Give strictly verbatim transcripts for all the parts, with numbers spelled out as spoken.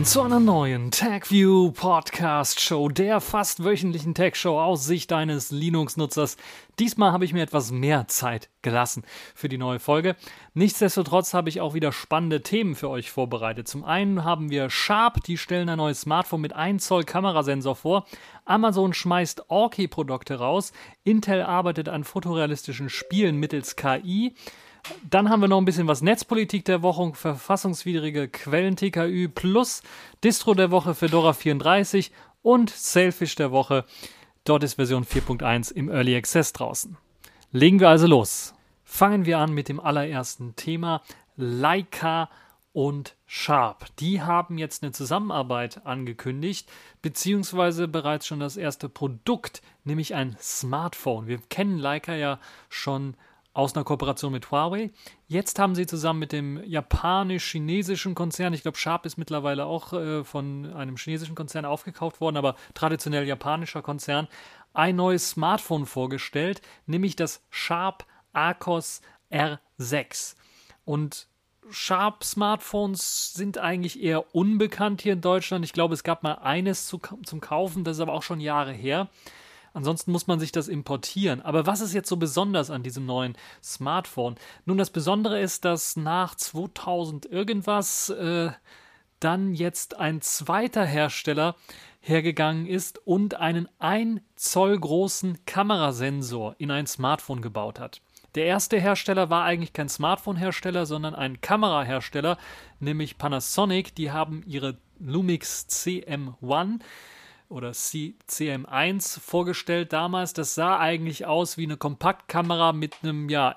zu einer neuen TechView Podcast Show, der fast wöchentlichen Tech-Show aus Sicht eines Linux-Nutzers. Diesmal habe ich mir etwas mehr Zeit gelassen für die neue Folge. Nichtsdestotrotz habe ich auch wieder spannende Themen für euch vorbereitet. Zum einen haben wir Sharp, die stellen ein neues Smartphone mit ein Zoll Kamerasensor vor. Amazon schmeißt Orki-Produkte raus. Intel arbeitet an fotorealistischen Spielen mittels K I. Dann haben wir noch ein bisschen was Netzpolitik der Woche, verfassungswidrige Quellen-T K Ü plus Distro der Woche Fedora vierunddreißig und Sailfish der Woche. Dort ist Version vier Punkt eins im Early Access draußen. Legen wir also los. Fangen wir an mit dem allerersten Thema, Leica und Sharp. Die haben jetzt eine Zusammenarbeit angekündigt, beziehungsweise bereits schon das erste Produkt, nämlich ein Smartphone. Wir kennen Leica ja schon aus einer Kooperation mit Huawei. Jetzt haben sie zusammen mit dem japanisch-chinesischen Konzern, ich glaube Sharp ist mittlerweile auch äh, von einem chinesischen Konzern aufgekauft worden, aber traditionell japanischer Konzern, ein neues Smartphone vorgestellt, nämlich das Sharp Arcos R sechs. Und Sharp-Smartphones sind eigentlich eher unbekannt hier in Deutschland. Ich glaube, es gab mal eines zu, zum Kaufen, das ist aber auch schon Jahre her. Ansonsten muss man sich das importieren. Aber was ist jetzt so besonders an diesem neuen Smartphone? Nun, das Besondere ist, dass nach zweitausend irgendwas äh, dann jetzt ein zweiter Hersteller hergegangen ist und einen ein Zoll großen Kamerasensor in ein Smartphone gebaut hat. Der erste Hersteller war eigentlich kein Smartphone-Hersteller, sondern ein Kamerahersteller, nämlich Panasonic. Die haben ihre Lumix C M eins oder C M eins vorgestellt damals. Das sah eigentlich aus wie eine Kompaktkamera mit einem ja,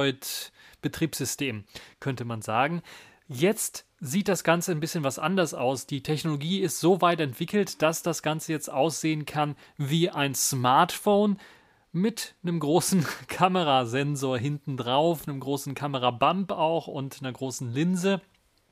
Android-Betriebssystem, könnte man sagen. Jetzt sieht das Ganze ein bisschen was anders aus. Die Technologie ist so weit entwickelt, dass das Ganze jetzt aussehen kann wie ein Smartphone mit einem großen Kamerasensor hinten drauf, einem großen Kamerabump auch und einer großen Linse,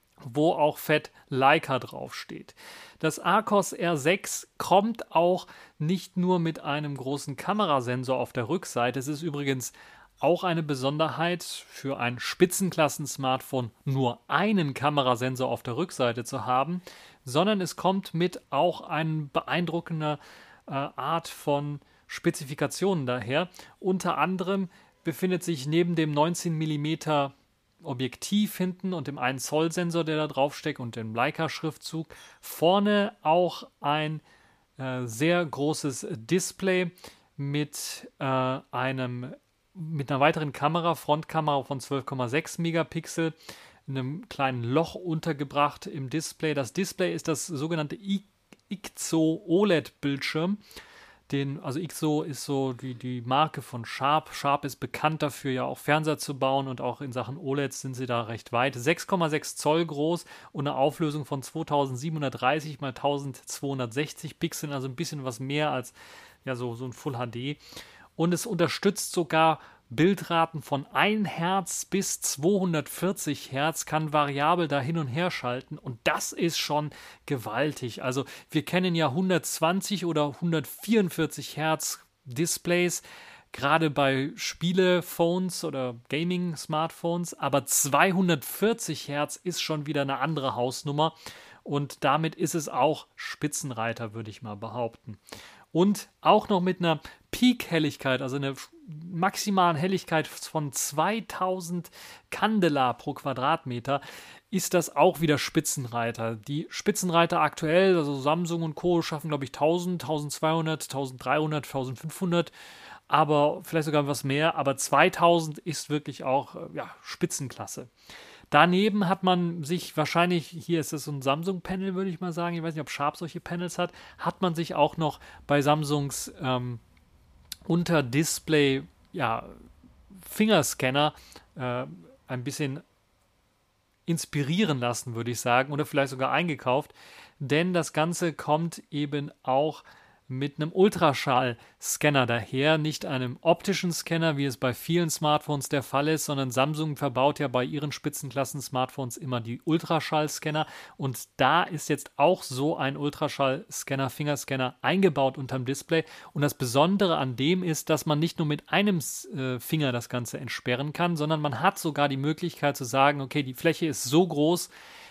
wo auch fett Leica draufsteht. Das Arcos R sechs kommt auch nicht nur mit einem großen Kamerasensor auf der Rückseite. Es ist übrigens auch eine Besonderheit für ein Spitzenklassen-Smartphone, nur einen Kamerasensor auf der Rückseite zu haben, sondern es kommt mit auch einer beeindruckender äh, Art von Spezifikationen daher. Unter anderem befindet sich neben dem neunzehn Millimeter Objektiv hinten und dem ein Zoll Sensor, der da draufsteckt und dem Leica-Schriftzug, vorne auch ein äh, sehr großes Display mit äh, einem mit einer weiteren Kamera, Frontkamera von zwölf Komma sechs Megapixel, in einem kleinen Loch untergebracht im Display. Das Display ist das sogenannte I C Z O L E D-Bildschirm. Den, also I C Z O ist so die, die Marke von Sharp. Sharp ist bekannt dafür, ja auch Fernseher zu bauen und auch in Sachen O L E Ds sind sie da recht weit. sechs Komma sechs Zoll groß und eine Auflösung von zweitausendsiebenhundertdreißig mal eintausendzweihundertsechzig Pixeln, also ein bisschen was mehr als ja, so, so ein Full H D. Und es unterstützt sogar Bildraten von ein Hertz bis zweihundertvierzig Hertz, kann variabel da hin und her schalten und das ist schon gewaltig. Also wir kennen ja hundertzwanzig oder hundertvierundvierzig Hertz Displays, gerade bei Spiele-Phones oder Gaming-Smartphones, aber zweihundertvierzig Hertz ist schon wieder eine andere Hausnummer und damit ist es auch Spitzenreiter, würde ich mal behaupten. Und auch noch mit einer Peak-Helligkeit, also einer maximalen Helligkeit von zweitausend Candela pro Quadratmeter, ist das auch wieder Spitzenreiter. Die Spitzenreiter aktuell, also Samsung und Co. schaffen, glaube ich, tausend, zwölfhundert, dreizehnhundert, fünfzehnhundert, aber vielleicht sogar was mehr, aber zweitausend ist wirklich auch ja, Spitzenklasse. Daneben hat man sich wahrscheinlich, hier ist es so ein Samsung-Panel, würde ich mal sagen, ich weiß nicht, ob Sharp solche Panels hat, hat man sich auch noch bei Samsungs ähm, Unter-Display ja, Fingerscanner äh, ein bisschen inspirieren lassen, würde ich sagen, oder vielleicht sogar eingekauft, denn das Ganze kommt eben auch mit einem Ultraschall-Scanner daher, nicht einem optischen Scanner, wie es bei vielen Smartphones der Fall ist, sondern Samsung verbaut ja bei ihren Spitzenklassen-Smartphones immer die Ultraschall-Scanner und da ist jetzt auch so ein Ultraschall-Scanner, Fingerscanner eingebaut unterm Display und das Besondere an dem ist, dass man nicht nur mit einem äh, Finger das Ganze entsperren kann, sondern man hat sogar die Möglichkeit zu sagen, okay, die Fläche ist so groß,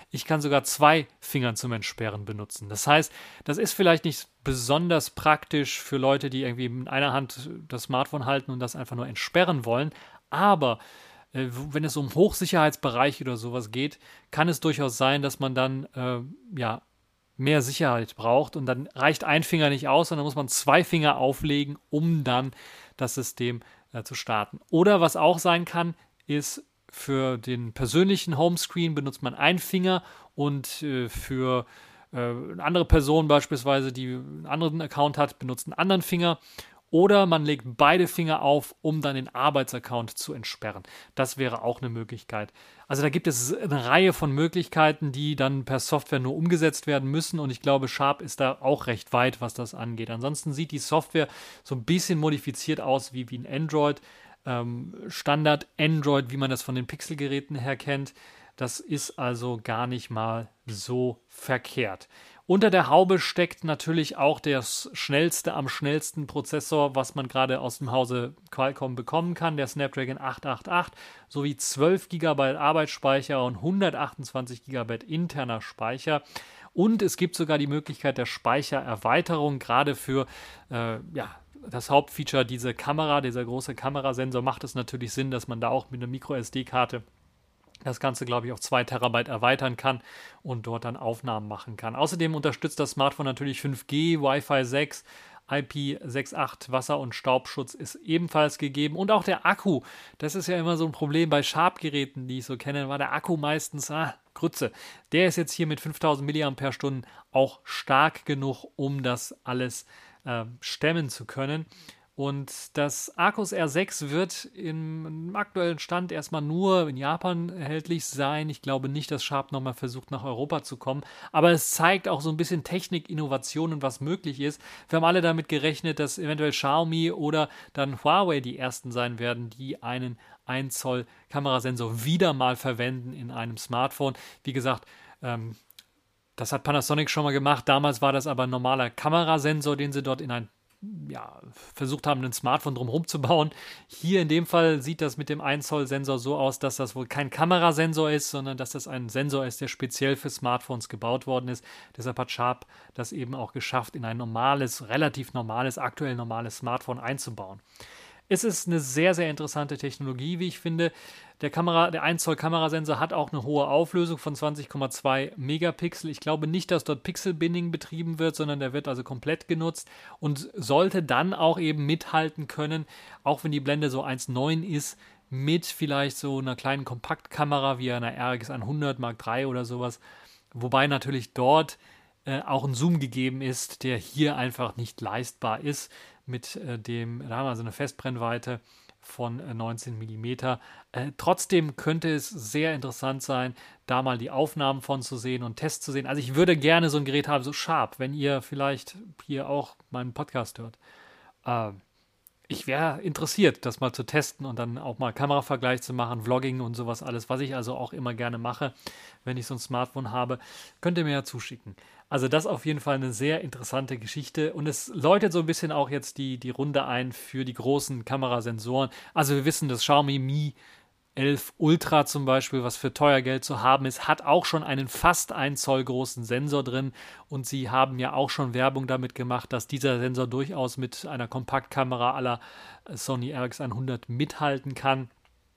Ich kann sogar zwei Finger zum Entsperren benutzen. Das heißt, das ist vielleicht nicht besonders praktisch für Leute, die irgendwie mit einer Hand das Smartphone halten und das einfach nur entsperren wollen, aber äh, wenn es um Hochsicherheitsbereich oder sowas geht, kann es durchaus sein, dass man dann äh, ja mehr Sicherheit braucht und dann reicht ein Finger nicht aus, sondern muss man zwei Finger auflegen, um dann das System äh, zu starten. Oder was auch sein kann, ist für den persönlichen Homescreen benutzt man einen Finger und äh, für äh, eine andere Person beispielsweise, die einen anderen Account hat, benutzt einen anderen Finger. Oder man legt beide Finger auf, um dann den Arbeitsaccount zu entsperren. Das wäre auch eine Möglichkeit. Also da gibt es eine Reihe von Möglichkeiten, die dann per Software nur umgesetzt werden müssen. Und ich glaube, Sharp ist da auch recht weit, was das angeht. Ansonsten sieht die Software so ein bisschen modifiziert aus wie, wie ein Android. Ähm, Standard Android, wie man das von den Pixel-Geräten her kennt. Das ist also gar nicht mal so verkehrt. Unter der Haube steckt natürlich auch der schnellste, am schnellsten Prozessor, was man gerade aus dem Hause Qualcomm bekommen kann, der Snapdragon acht acht acht, sowie zwölf Gigabyte Arbeitsspeicher und hundertachtundzwanzig Gigabyte interner Speicher. Und es gibt sogar die Möglichkeit der Speichererweiterung, gerade für äh, ja, das Hauptfeature, diese Kamera, dieser große Kamerasensor, macht es natürlich Sinn, dass man da auch mit einer Micro-S D-Karte das Ganze, glaube ich, auf zwei Terabyte erweitern kann und dort dann Aufnahmen machen kann. Außerdem unterstützt das Smartphone natürlich fünf G, Wi-Fi sechs, I P sechs Punkt acht, Wasser- und Staubschutz ist ebenfalls gegeben. Und auch der Akku, das ist ja immer so ein Problem bei Sharp-Geräten, die ich so kenne, war der Akku meistens, ah, Grütze. Der ist jetzt hier mit fünftausend Milliampere-Stunden auch stark genug, um das alles äh, stemmen zu können. Und das Arcos R sechs wird im aktuellen Stand erstmal nur in Japan erhältlich sein. Ich glaube nicht, dass Sharp nochmal versucht, nach Europa zu kommen. Aber es zeigt auch so ein bisschen Technik, Innovation und was möglich ist. Wir haben alle damit gerechnet, dass eventuell Xiaomi oder dann Huawei die ersten sein werden, die einen ein Zoll Kamerasensor wieder mal verwenden in einem Smartphone. Wie gesagt, ähm, das hat Panasonic schon mal gemacht. Damals war das aber ein normaler Kamerasensor, den sie dort in ein ja, versucht haben, ein Smartphone drumherum zu bauen. Hier in dem Fall sieht das mit dem ein Zoll Sensor so aus, dass das wohl kein Kamerasensor ist, sondern dass das ein Sensor ist, der speziell für Smartphones gebaut worden ist. Deshalb hat Sharp das eben auch geschafft, in ein normales, relativ normales, aktuell normales Smartphone einzubauen. Es ist eine sehr, sehr interessante Technologie, wie ich finde. Der, Kamera, der ein Zoll Kamerasensor hat auch eine hohe Auflösung von zwanzig Komma zwei Megapixel. Ich glaube nicht, dass dort Pixel-Binning betrieben wird, sondern der wird also komplett genutzt und sollte dann auch eben mithalten können, auch wenn die Blende so eins Komma neun ist, mit vielleicht so einer kleinen Kompaktkamera wie einer R X hundert Mark drei oder sowas. Wobei natürlich dort äh, auch ein Zoom gegeben ist, der hier einfach nicht leistbar ist. Mit äh, dem, da haben wir also eine Festbrennweite von äh, neunzehn Millimeter. Äh, trotzdem könnte es sehr interessant sein, da mal die Aufnahmen von zu sehen und Tests zu sehen. Also ich würde gerne so ein Gerät haben, so Sharp, wenn ihr vielleicht hier auch meinen Podcast hört. Äh, ich wäre interessiert, das mal zu testen und dann auch mal Kameravergleich zu machen, Vlogging und sowas alles, was ich also auch immer gerne mache, wenn ich so ein Smartphone habe, könnt ihr mir ja zuschicken. Also das auf jeden Fall eine sehr interessante Geschichte und es läutet so ein bisschen auch jetzt die, die Runde ein für die großen Kamerasensoren. Also wir wissen, das Xiaomi Mi elf Ultra zum Beispiel, was für teuer Geld zu haben ist, hat auch schon einen fast ein Zoll großen Sensor drin und sie haben ja auch schon Werbung damit gemacht, dass dieser Sensor durchaus mit einer Kompaktkamera à la Sony R X hundert mithalten kann.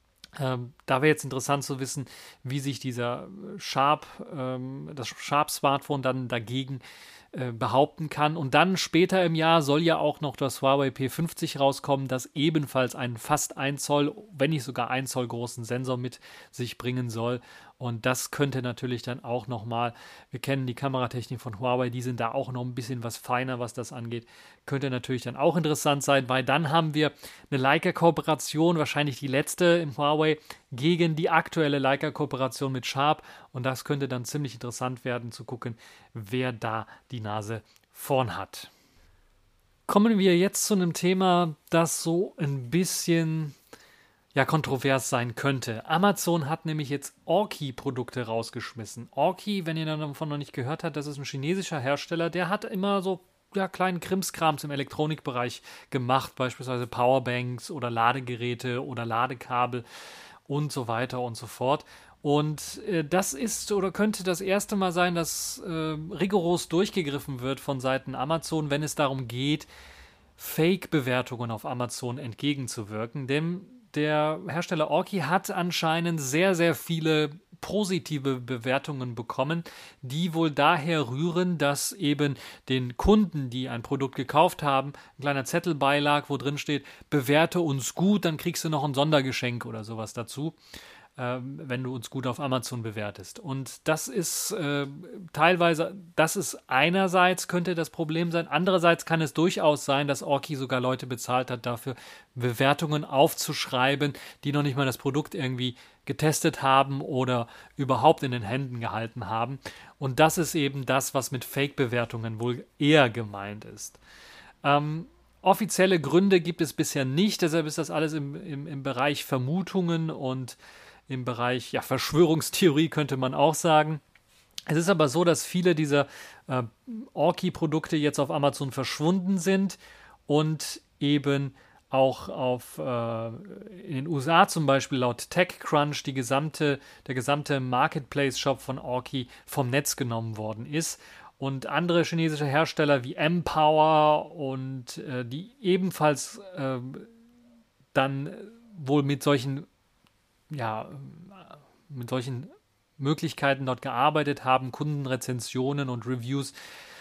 Ähm, da wäre jetzt interessant zu wissen, wie sich dieser Sharp, ähm, das Sharp-Smartphone dann dagegen äh, behaupten kann. Und dann später im Jahr soll ja auch noch das Huawei P fünfzig rauskommen, das ebenfalls einen fast ein Zoll, wenn nicht sogar ein Zoll großen Sensor mit sich bringen soll. Und das könnte natürlich dann auch nochmal, wir kennen die Kameratechnik von Huawei, die sind da auch noch ein bisschen was feiner, was das angeht. Könnte natürlich dann auch interessant sein, weil dann haben wir eine Leica-Kooperation, wahrscheinlich die letzte im Huawei, gegen die aktuelle Leica-Kooperation mit Sharp. Und das könnte dann ziemlich interessant werden, zu gucken, wer da die Nase vorn hat. Kommen wir jetzt zu einem Thema, das so ein bisschen ja kontrovers sein könnte. Amazon hat nämlich jetzt Orki-Produkte rausgeschmissen. Orki, wenn ihr davon noch nicht gehört habt, das ist ein chinesischer Hersteller, der hat immer so ja, kleinen Krimskrams im Elektronikbereich gemacht, beispielsweise Powerbanks oder Ladegeräte oder Ladekabel und so weiter und so fort. Und äh, das ist oder könnte das erste Mal sein, dass äh, rigoros durchgegriffen wird von Seiten Amazon, wenn es darum geht, Fake-Bewertungen auf Amazon entgegenzuwirken. Denn der Hersteller Orki hat anscheinend sehr, sehr viele positive Bewertungen bekommen, die wohl daher rühren, dass eben den Kunden, die ein Produkt gekauft haben, ein kleiner Zettel beilag, wo drin steht, bewerte uns gut, dann kriegst du noch ein Sondergeschenk oder sowas dazu, wenn du uns gut auf Amazon bewertest. Und das ist äh, teilweise, das ist einerseits könnte das Problem sein, andererseits kann es durchaus sein, dass Orki sogar Leute bezahlt hat, dafür Bewertungen aufzuschreiben, die noch nicht mal das Produkt irgendwie getestet haben oder überhaupt in den Händen gehalten haben. Und das ist eben das, was mit Fake-Bewertungen wohl eher gemeint ist. Ähm, offizielle Gründe gibt es bisher nicht, deshalb ist das alles im, im, im Bereich Vermutungen und im Bereich ja, Verschwörungstheorie könnte man auch sagen. Es ist aber so, dass viele dieser äh, Orki-Produkte jetzt auf Amazon verschwunden sind und eben auch auf äh, in den U S A zum Beispiel laut TechCrunch die gesamte, der gesamte Marketplace-Shop von Orki vom Netz genommen worden ist. Und andere chinesische Hersteller wie Empower und äh, die ebenfalls äh, dann wohl mit solchen ja, mit solchen Möglichkeiten dort gearbeitet haben, Kundenrezensionen und Reviews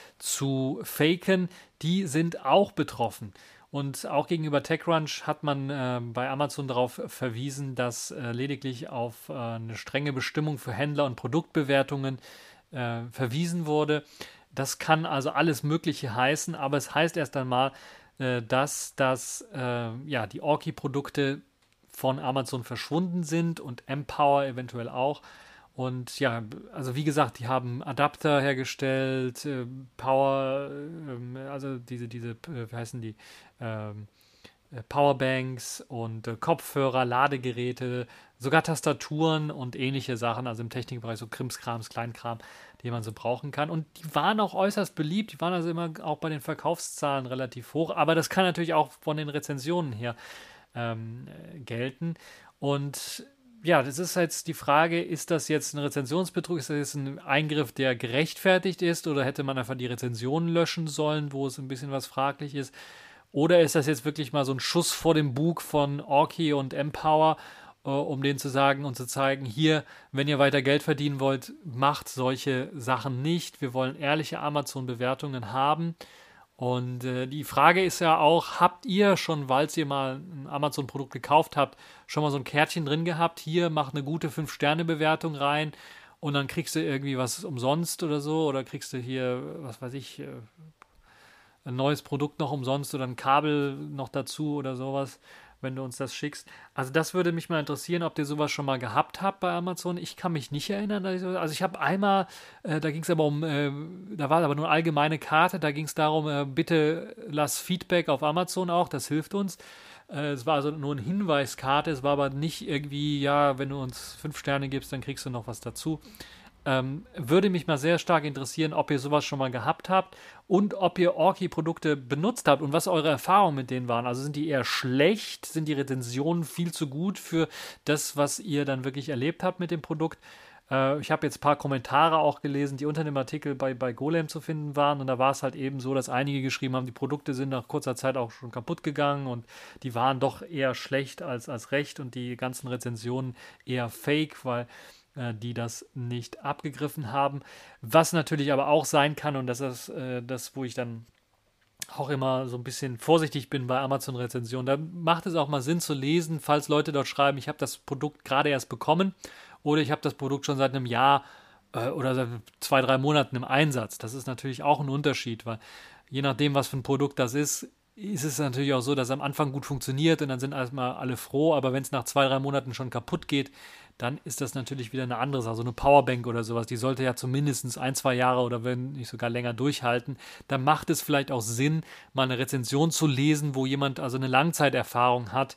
zu faken, die sind auch betroffen. Und auch gegenüber TechCrunch hat man äh, bei Amazon darauf verwiesen, dass äh, lediglich auf äh, eine strenge Bestimmung für Händler und Produktbewertungen äh, verwiesen wurde. Das kann also alles Mögliche heißen, aber es heißt erst einmal, äh, dass das, äh, ja, die Orki-Produkte von Amazon verschwunden sind und Empower eventuell auch. Und ja, also wie gesagt, die haben Adapter hergestellt, äh, Power, äh, also diese, diese, äh, wie heißen die, ähm, Powerbanks und äh, Kopfhörer, Ladegeräte, sogar Tastaturen und ähnliche Sachen, also im Technikbereich so Krimskrams, Kleinkram, die man so brauchen kann. Und die waren auch äußerst beliebt, die waren also immer auch bei den Verkaufszahlen relativ hoch, aber das kann natürlich auch von den Rezensionen her ähm, gelten. Und ja, das ist jetzt die Frage, ist das jetzt ein Rezensionsbetrug, ist das jetzt ein Eingriff, der gerechtfertigt ist, oder hätte man einfach die Rezensionen löschen sollen, wo es ein bisschen was fraglich ist? Oder ist das jetzt wirklich mal so ein Schuss vor dem Bug von Orki und Empower, äh, um denen zu sagen und zu zeigen, hier, wenn ihr weiter Geld verdienen wollt, macht solche Sachen nicht. Wir wollen ehrliche Amazon-Bewertungen haben. Und äh, die Frage ist ja auch, habt ihr schon, weil ihr mal ein Amazon-Produkt gekauft habt, schon mal so ein Kärtchen drin gehabt, hier, mach eine gute fünf Sterne Bewertung rein und dann kriegst du irgendwie was umsonst oder so, oder kriegst du hier, was weiß ich, ein neues Produkt noch umsonst oder ein Kabel noch dazu oder sowas, wenn du uns das schickst. Also das würde mich mal interessieren, ob ihr sowas schon mal gehabt habt bei Amazon. Ich kann mich nicht erinnern. Dass ich so, also ich habe einmal, äh, da ging es aber um, äh, da war aber nur eine allgemeine Karte, da ging es darum, äh, bitte lass Feedback auf Amazon auch, das hilft uns. Äh, es war also nur eine Hinweiskarte, es war aber nicht irgendwie, ja, wenn du uns fünf Sterne gibst, dann kriegst du noch was dazu. Ähm, würde mich mal sehr stark interessieren, ob ihr sowas schon mal gehabt habt und ob ihr Orki-Produkte benutzt habt und was eure Erfahrungen mit denen waren. Also sind die eher schlecht? Sind die Rezensionen viel zu gut für das, was ihr dann wirklich erlebt habt mit dem Produkt? Äh, ich habe jetzt ein paar Kommentare auch gelesen, die unter dem Artikel bei, bei Golem zu finden waren, und da war es halt eben so, dass einige geschrieben haben, die Produkte sind nach kurzer Zeit auch schon kaputt gegangen und die waren doch eher schlecht als, als recht und die ganzen Rezensionen eher fake, weil die das nicht abgegriffen haben. Was natürlich aber auch sein kann, und das ist äh, das, wo ich dann auch immer so ein bisschen vorsichtig bin bei Amazon-Rezensionen, da macht es auch mal Sinn zu lesen, falls Leute dort schreiben, ich habe das Produkt gerade erst bekommen oder ich habe das Produkt schon seit einem Jahr äh, oder seit zwei, drei Monaten im Einsatz. Das ist natürlich auch ein Unterschied, weil je nachdem, was für ein Produkt das ist, ist es natürlich auch so, dass es am Anfang gut funktioniert und dann sind erstmal alle froh, aber wenn es nach zwei, drei Monaten schon kaputt geht, dann ist das natürlich wieder eine andere Sache. So eine Powerbank oder sowas, die sollte ja zumindest ein, zwei Jahre oder wenn nicht sogar länger durchhalten. Da macht es vielleicht auch Sinn, mal eine Rezension zu lesen, wo jemand also eine Langzeiterfahrung hat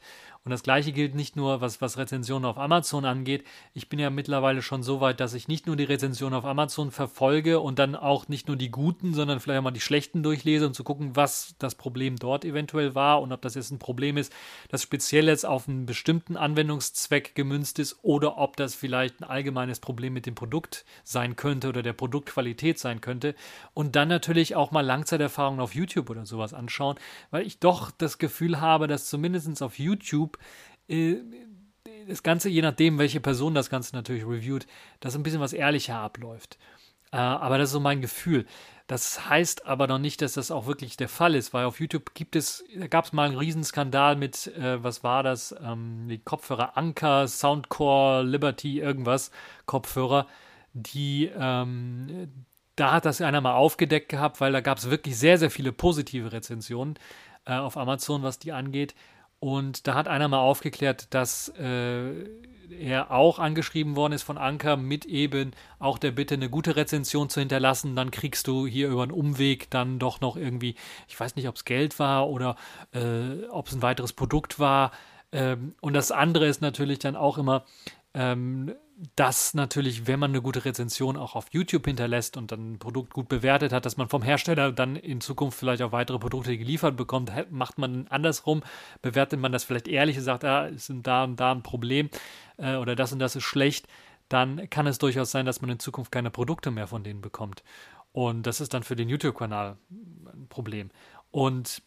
Und das Gleiche gilt nicht nur, was, was Rezensionen auf Amazon angeht. Ich bin ja mittlerweile schon so weit, dass ich nicht nur die Rezensionen auf Amazon verfolge und dann auch nicht nur die guten, sondern vielleicht auch mal die schlechten durchlese, um zu gucken, was das Problem dort eventuell war und ob das jetzt ein Problem ist, das speziell jetzt auf einen bestimmten Anwendungszweck gemünzt ist oder ob das vielleicht ein allgemeines Problem mit dem Produkt sein könnte oder der Produktqualität sein könnte. Und dann natürlich auch mal Langzeiterfahrungen auf YouTube oder sowas anschauen, weil ich doch das Gefühl habe, dass zumindest auf YouTube das Ganze, je nachdem, welche Person das Ganze natürlich reviewt, dass ein bisschen was ehrlicher abläuft. Äh, aber das ist so mein Gefühl. Das heißt aber noch nicht, dass das auch wirklich der Fall ist, weil auf YouTube gibt es, da gab es mal einen Riesenskandal mit, äh, was war das, ähm, die Kopfhörer Anker, Soundcore, Liberty, irgendwas, Kopfhörer, die, ähm, da hat das einer mal aufgedeckt gehabt, weil da gab es wirklich sehr, sehr viele positive Rezensionen äh, auf Amazon, was die angeht. Und da hat einer mal aufgeklärt, dass äh, er auch angeschrieben worden ist von Anker mit eben auch der Bitte, eine gute Rezension zu hinterlassen. Dann kriegst du hier über einen Umweg dann doch noch irgendwie, ich weiß nicht, ob es Geld war oder äh, ob es ein weiteres Produkt war. Ähm, und das andere ist natürlich dann auch immer, ähm, dass natürlich, wenn man eine gute Rezension auch auf YouTube hinterlässt und dann ein Produkt gut bewertet hat, dass man vom Hersteller dann in Zukunft vielleicht auch weitere Produkte geliefert bekommt, macht man andersrum, bewertet man das vielleicht ehrlich und sagt, ah, ist da und da ein Problem äh, oder das und das ist schlecht, dann kann es durchaus sein, dass man in Zukunft keine Produkte mehr von denen bekommt. Und das ist dann für den YouTube-Kanal ein Problem. Und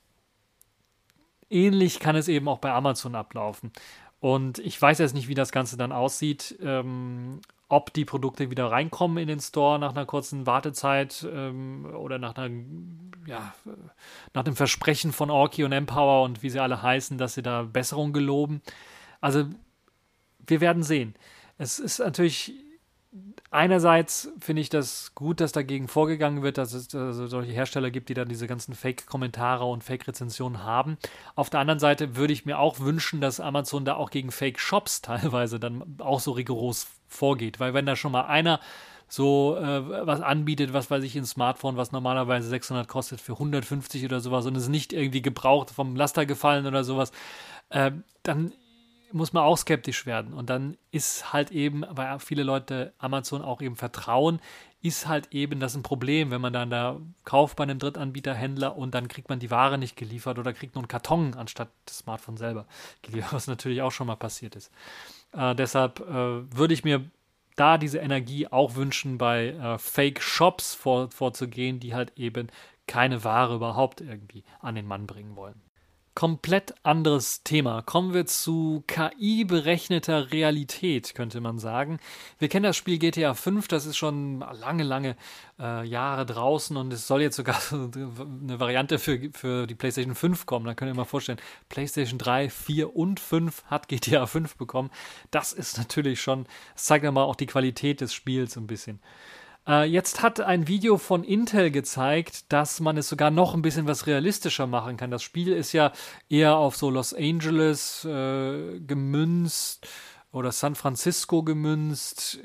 ähnlich kann es eben auch bei Amazon ablaufen. Und ich weiß jetzt nicht, wie das Ganze dann aussieht, ähm, ob die Produkte wieder reinkommen in den Store nach einer kurzen Wartezeit ähm, oder nach einer, ja, nach dem Versprechen von Orki und Empower und wie sie alle heißen, dass sie da Besserung geloben. Also wir werden sehen. Es ist natürlich, einerseits finde ich das gut, dass dagegen vorgegangen wird, dass es also solche Hersteller gibt, die dann diese ganzen Fake-Kommentare und Fake-Rezensionen haben. Auf der anderen Seite würde ich mir auch wünschen, dass Amazon da auch gegen Fake-Shops teilweise dann auch so rigoros vorgeht, weil wenn da schon mal einer so äh, was anbietet, was weiß ich, ein Smartphone, was normalerweise sechshundert kostet, für hundertfünfzig oder sowas und ist nicht irgendwie gebraucht, vom Laster gefallen oder sowas, äh, dann muss man auch skeptisch werden. Und dann ist halt eben, weil viele Leute Amazon auch eben vertrauen, ist halt eben das ein Problem, wenn man dann da kauft bei einem Drittanbieterhändler und dann kriegt man die Ware nicht geliefert oder kriegt nur einen Karton anstatt das Smartphone selber geliefert, was natürlich auch schon mal passiert ist. Äh, deshalb äh, würde ich mir da diese Energie auch wünschen, bei äh, Fake-Shops vor, vorzugehen, die halt eben keine Ware überhaupt irgendwie an den Mann bringen wollen. Komplett anderes Thema. Kommen wir zu K I-berechneter Realität, könnte man sagen. Wir kennen das Spiel G T A fünf, das ist schon lange, lange äh, Jahre draußen und es soll jetzt sogar eine Variante für, für die PlayStation fünf kommen. Da könnt ihr mal vorstellen, PlayStation drei, vier und fünf hat G T A fünf bekommen. Das ist natürlich schon, das zeigt aber auch die Qualität des Spiels ein bisschen. Jetzt hat ein Video von Intel gezeigt, dass man es sogar noch ein bisschen was realistischer machen kann. Das Spiel ist ja eher auf so Los Angeles äh, gemünzt oder San Francisco gemünzt.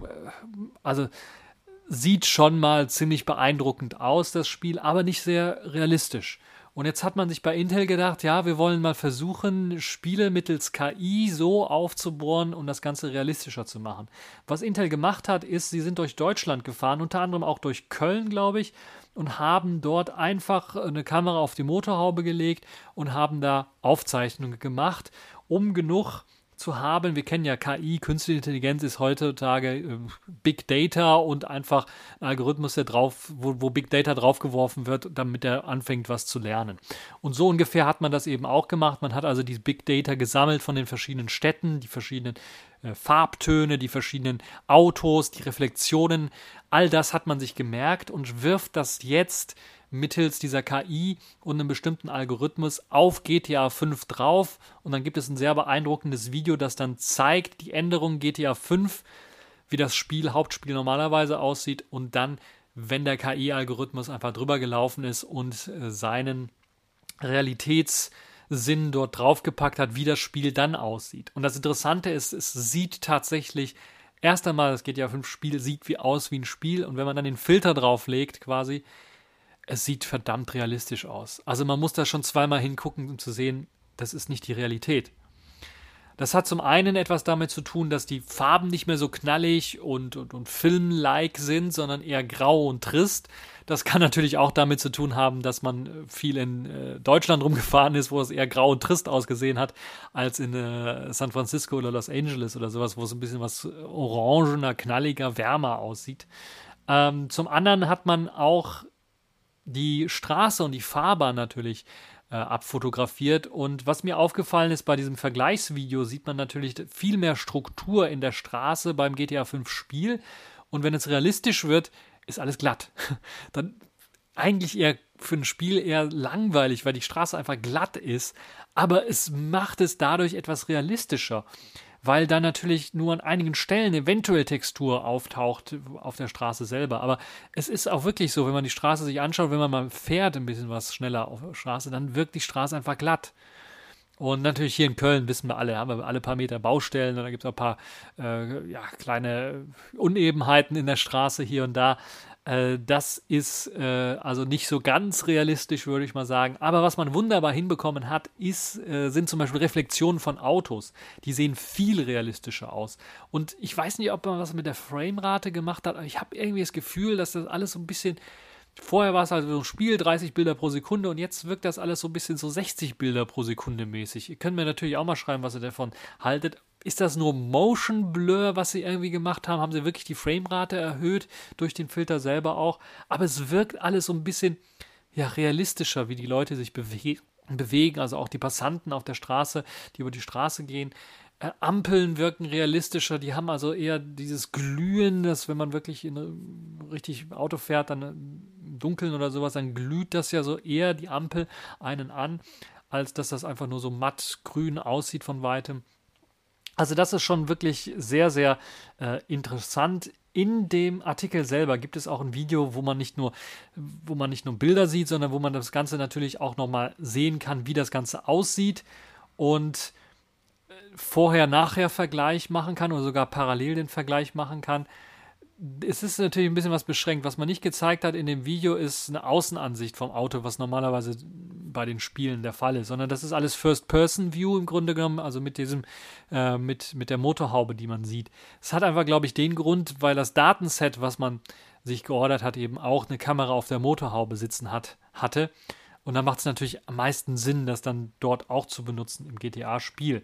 Also sieht schon mal ziemlich beeindruckend aus, das Spiel, aber nicht sehr realistisch. Und jetzt hat man sich bei Intel gedacht, ja, wir wollen mal versuchen, Spiele mittels K I so aufzubohren und das Ganze realistischer zu machen. Was Intel gemacht hat, ist, sie sind durch Deutschland gefahren, unter anderem auch durch Köln, glaube ich, und haben dort einfach eine Kamera auf die Motorhaube gelegt und haben da Aufzeichnungen gemacht, um genug zu haben. Wir kennen ja K I, Künstliche Intelligenz ist heutzutage äh, Big Data und einfach ein Algorithmus, der drauf, wo, wo Big Data draufgeworfen wird, damit er anfängt, was zu lernen. Und so ungefähr hat man das eben auch gemacht. Man hat also die Big Data gesammelt von den verschiedenen Städten, die verschiedenen äh, Farbtöne, die verschiedenen Autos, die Reflexionen. All das hat man sich gemerkt und wirft das jetzt mittels dieser K I und einem bestimmten Algorithmus auf G T A fünf drauf und dann gibt es ein sehr beeindruckendes Video, das dann zeigt, die Änderung G T A fünf, wie das Spiel, Hauptspiel normalerweise aussieht und dann, wenn der K I-Algorithmus einfach drüber gelaufen ist und äh, seinen Realitätssinn dort draufgepackt hat, wie das Spiel dann aussieht. Und das Interessante ist, es sieht tatsächlich, erst einmal, das G T A fünf Spiel sieht wie aus wie ein Spiel und wenn man dann den Filter drauflegt quasi, es sieht verdammt realistisch aus. Also man muss da schon zweimal hingucken, um zu sehen, das ist nicht die Realität. Das hat zum einen etwas damit zu tun, dass die Farben nicht mehr so knallig und, und, und film-like sind, sondern eher grau und trist. Das kann natürlich auch damit zu tun haben, dass man viel in äh, Deutschland rumgefahren ist, wo es eher grau und trist ausgesehen hat, als in äh, San Francisco oder Los Angeles oder sowas, wo es ein bisschen was orangener, knalliger, wärmer aussieht. Ähm, zum anderen hat man auch die Straße und die Fahrbahn natürlich äh, abfotografiert. Und was mir aufgefallen ist, bei diesem Vergleichsvideo sieht man natürlich viel mehr Struktur in der Straße beim G T A fünf Spiel. Und wenn es realistisch wird, ist alles glatt. Dann eigentlich eher für ein Spiel eher langweilig, weil die Straße einfach glatt ist. Aber es macht es dadurch etwas realistischer, weil da natürlich nur an einigen Stellen eventuell Textur auftaucht auf der Straße selber. Aber es ist auch wirklich so, wenn man die Straße sich anschaut, wenn man mal fährt ein bisschen was schneller auf der Straße, dann wirkt die Straße einfach glatt. Und natürlich hier in Köln wissen wir alle, haben wir alle paar Meter Baustellen und da gibt es auch ein paar äh, ja, kleine Unebenheiten in der Straße hier und da. Äh, das ist äh, also nicht so ganz realistisch, würde ich mal sagen. Aber was man wunderbar hinbekommen hat, ist, äh, sind zum Beispiel Reflexionen von Autos. Die sehen viel realistischer aus. Und ich weiß nicht, ob man was mit der Framerate gemacht hat, aber ich habe irgendwie das Gefühl, dass das alles so ein bisschen. Vorher war es also so ein Spiel, dreißig Bilder pro Sekunde und jetzt wirkt das alles so ein bisschen so sechzig Bilder pro Sekunde mäßig. Ihr könnt mir natürlich auch mal schreiben, was ihr davon haltet. Ist das nur Motion Blur, was sie irgendwie gemacht haben? Haben sie wirklich die Framerate erhöht durch den Filter selber auch? Aber es wirkt alles so ein bisschen ja, realistischer, wie die Leute sich bewe- bewegen, also auch die Passanten auf der Straße, die über die Straße gehen. Äh, Ampeln wirken realistischer, die haben also eher dieses Glühen, dass wenn man wirklich in äh, richtig Auto fährt, dann im Dunkeln oder sowas, dann glüht das ja so eher die Ampel einen an, als dass das einfach nur so matt grün aussieht von weitem. Also das ist schon wirklich sehr, sehr äh, interessant. In dem Artikel selber gibt es auch ein Video, wo man nicht nur, wo man nicht nur Bilder sieht, sondern wo man das Ganze natürlich auch nochmal sehen kann, wie das Ganze aussieht und Vorher-Nachher-Vergleich machen kann oder sogar parallel den Vergleich machen kann. Es ist natürlich ein bisschen was beschränkt. Was man nicht gezeigt hat in dem Video, ist eine Außenansicht vom Auto, was normalerweise bei den Spielen der Fall ist, sondern das ist alles First-Person-View im Grunde genommen, also mit diesem, äh, mit, mit der Motorhaube, die man sieht. Es hat einfach, glaube ich, den Grund, weil das Datenset, was man sich geordert hat, eben auch eine Kamera auf der Motorhaube sitzen hat, hatte. Und dann macht es natürlich am meisten Sinn, das dann dort auch zu benutzen im G T A-Spiel.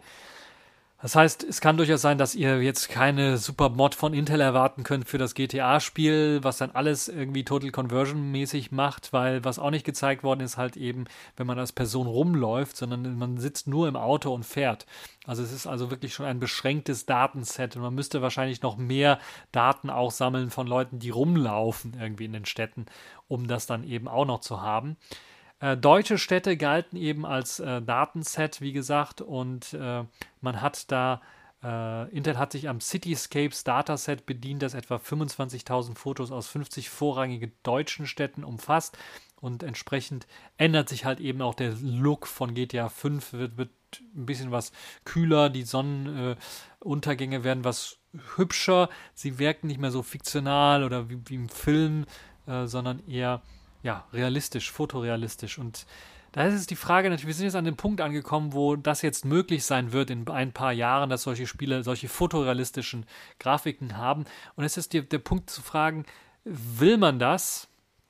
Das heißt, es kann durchaus sein, dass ihr jetzt keine super Mod von Intel erwarten könnt für das G T A-Spiel, was dann alles irgendwie Total Conversion-mäßig macht, weil was auch nicht gezeigt worden ist, halt eben, wenn man als Person rumläuft, sondern man sitzt nur im Auto und fährt. Also es ist also wirklich schon ein beschränktes Datenset und man müsste wahrscheinlich noch mehr Daten auch sammeln von Leuten, die rumlaufen irgendwie in den Städten, um das dann eben auch noch zu haben. Äh, deutsche Städte galten eben als äh, Datenset, wie gesagt, und äh, man hat da, äh, Intel hat sich am Cityscapes Dataset bedient, das etwa fünfundzwanzigtausend Fotos aus fünfzig vorrangige deutschen Städten umfasst und entsprechend ändert sich halt eben auch der Look von G T A fünf, wird, wird ein bisschen was kühler, die Sonnenuntergänge äh, werden was hübscher, sie wirken nicht mehr so fiktional oder wie, wie im Film, äh, sondern eher ja, realistisch, fotorealistisch. Und da ist es die Frage natürlich, wir sind jetzt an dem Punkt angekommen, wo das jetzt möglich sein wird in ein paar Jahren, dass solche Spiele solche fotorealistischen Grafiken haben. Und es ist die, der Punkt zu fragen, will man das?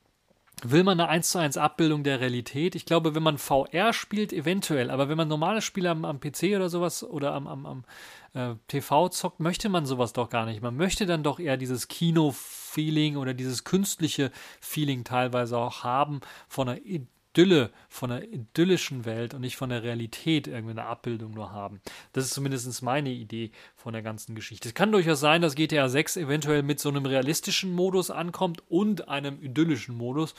Will man eine eins zu eins Abbildung der Realität? Ich glaube, wenn man V R spielt, eventuell, aber wenn man normale Spiele am, am P C oder sowas oder am, am, am äh, T V zockt, möchte man sowas doch gar nicht. Man möchte dann doch eher dieses Kino-Feeling oder dieses künstliche Feeling teilweise auch haben von einer Idylle, von einer idyllischen Welt und nicht von der Realität irgendwie eine Abbildung nur haben. Das ist zumindest meine Idee von der ganzen Geschichte. Es kann durchaus sein, dass G T A sechs eventuell mit so einem realistischen Modus ankommt und einem idyllischen Modus.